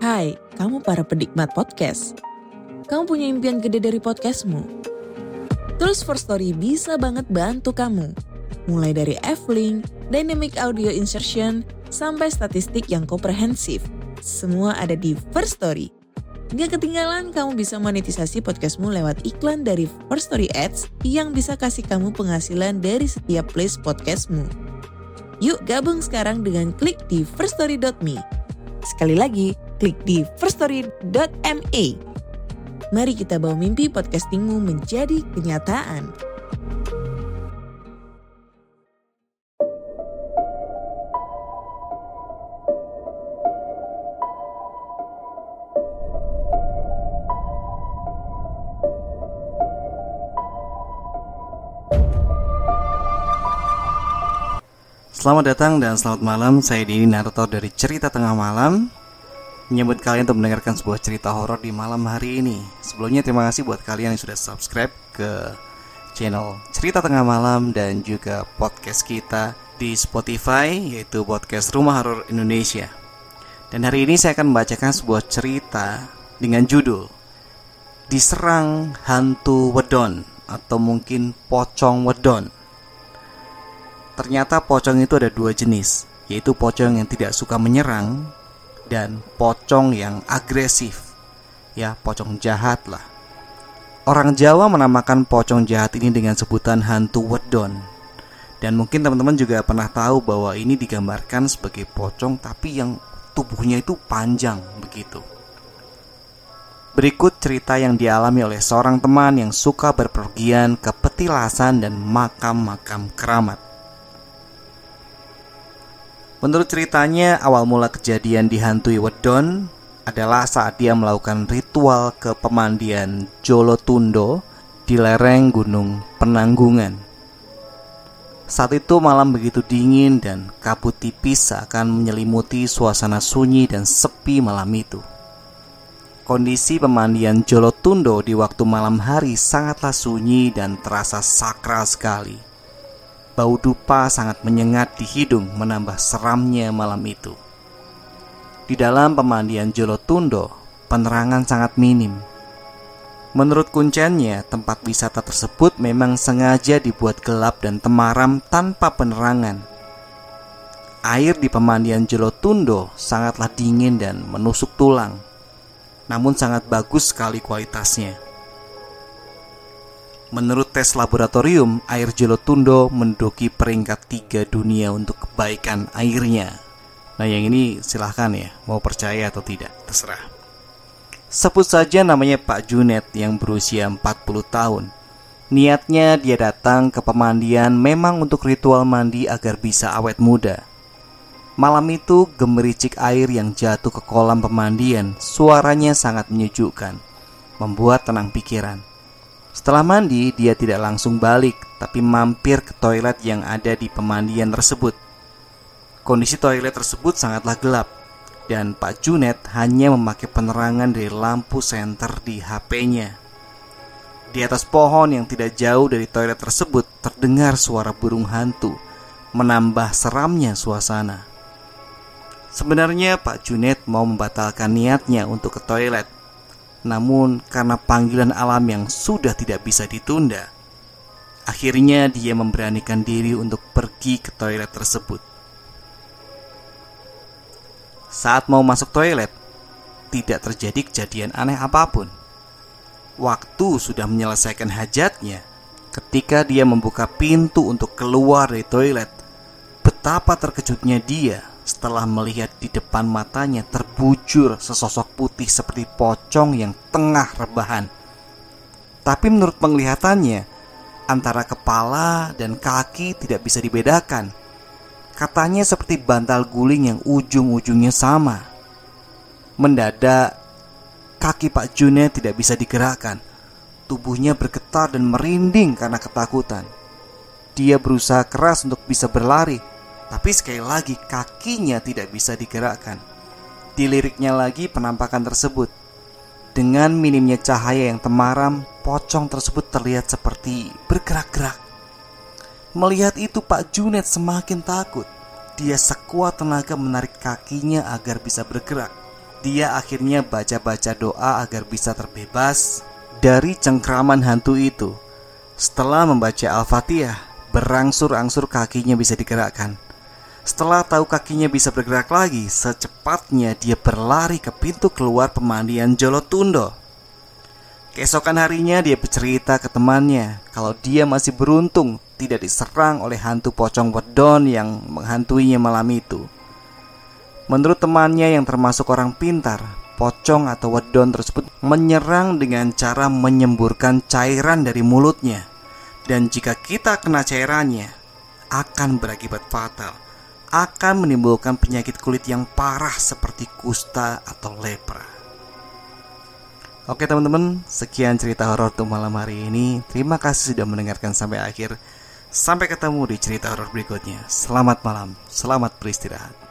Hai, kamu para penikmat podcast. Kamu punya impian gede dari podcastmu? Terus First Story bisa banget bantu kamu. Mulai dari F-Link, Dynamic Audio Insertion, sampai statistik yang komprehensif. Semua ada di First Story. Gak ketinggalan kamu bisa monetisasi podcastmu lewat iklan dari First Story Ads yang bisa kasih kamu penghasilan dari setiap place podcastmu. Yuk gabung sekarang dengan klik di firststory.me. Sekali lagi, klik di firststory.me. Mari kita bawa mimpi podcastingmu menjadi kenyataan. Selamat datang dan selamat malam, saya Dini narator dari Cerita Tengah Malam, menyambut kalian untuk mendengarkan sebuah cerita horor di malam hari ini. Sebelumnya terima kasih buat kalian yang sudah subscribe ke channel Cerita Tengah Malam dan juga podcast kita di Spotify, yaitu podcast Rumah Horor Indonesia. Dan hari ini saya akan membacakan sebuah cerita dengan judul Diserang Hantu Wedon atau mungkin Pocong Wedon. Ternyata pocong itu ada dua jenis, yaitu pocong yang tidak suka menyerang dan pocong yang agresif. Ya, pocong jahat lah. Orang Jawa menamakan pocong jahat ini dengan sebutan hantu wedon. Dan mungkin teman-teman juga pernah tahu bahwa ini digambarkan sebagai pocong tapi yang tubuhnya itu panjang begitu. Berikut cerita yang dialami oleh seorang teman yang suka berpergian ke petilasan dan makam-makam keramat. Menurut ceritanya, awal mula kejadian dihantui wedon adalah saat dia melakukan ritual ke pemandian Jolotundo di lereng Gunung Penanggungan. Saat itu malam begitu dingin dan kabut tipis seakan menyelimuti suasana sunyi dan sepi malam itu. Kondisi pemandian Jolotundo di waktu malam hari sangatlah sunyi dan terasa sakral sekali. Bau dupa sangat menyengat di hidung menambah seramnya malam itu. Di dalam pemandian Jolotundo, penerangan sangat minim. Menurut kuncennya, tempat wisata tersebut memang sengaja dibuat gelap dan temaram tanpa penerangan. Air di pemandian Jolotundo sangatlah dingin dan menusuk tulang, namun sangat bagus sekali kualitasnya. Menurut tes laboratorium, air Jolotundo menduduki peringkat 3 dunia untuk kebaikan airnya. Nah yang ini silahkan ya, mau percaya atau tidak, terserah. Sebut saja namanya Pak Junet yang berusia 40 tahun. Niatnya dia datang ke pemandian memang untuk ritual mandi agar bisa awet muda. Malam itu gemericik air yang jatuh ke kolam pemandian, suaranya sangat menyejukkan, membuat tenang pikiran. Setelah mandi, dia tidak langsung balik, tapi mampir ke toilet yang ada di pemandian tersebut. Kondisi toilet tersebut sangatlah gelap, dan Pak Junet hanya memakai penerangan dari lampu senter di HP-nya. Di atas pohon yang tidak jauh dari toilet tersebut, terdengar suara burung hantu, menambah seramnya suasana. Sebenarnya Pak Junet mau membatalkan niatnya untuk ke toilet. Namun karena panggilan alam yang sudah tidak bisa ditunda, akhirnya dia memberanikan diri untuk pergi ke toilet tersebut. Saat mau masuk toilet, tidak terjadi kejadian aneh apapun. Waktu sudah menyelesaikan hajatnya. Ketika dia membuka pintu untuk keluar dari toilet, betapa terkejutnya dia setelah melihat di depan matanya terbujur sesosok putih seperti pocong yang tengah rebahan. Tapi menurut penglihatannya, antara kepala dan kaki tidak bisa dibedakan. Katanya seperti bantal guling yang ujung-ujungnya sama. Mendadak, kaki Pak Junet tidak bisa digerakkan. Tubuhnya bergetar dan merinding karena ketakutan. Dia berusaha keras untuk bisa berlari, tapi sekali lagi kakinya tidak bisa digerakkan. Diliriknya lagi penampakan tersebut. Dengan minimnya cahaya yang temaram, pocong tersebut terlihat seperti bergerak-gerak. Melihat itu Pak Junet semakin takut. Dia sekuat tenaga menarik kakinya agar bisa bergerak. dia akhirnya baca-baca doa agar bisa terbebas dari cengkraman hantu itu. Setelah membaca Al-Fatihah, berangsur-angsur kakinya bisa digerakkan. Setelah tahu kakinya bisa bergerak lagi, secepatnya dia berlari ke pintu keluar pemandian Jolotundo. Keesokan harinya dia bercerita ke temannya kalau dia masih beruntung tidak diserang oleh hantu pocong wedon yang menghantuinya malam itu. Menurut temannya yang termasuk orang pintar, pocong atau wedon tersebut menyerang dengan cara menyemburkan cairan dari mulutnya. Dan jika kita kena cairannya, akan berakibat fatal, akan menimbulkan penyakit kulit yang parah seperti kusta atau lepra. Oke teman-teman, sekian cerita horor untuk malam hari ini. Terima kasih sudah mendengarkan sampai akhir. Sampai ketemu di cerita horor berikutnya. Selamat malam, selamat beristirahat.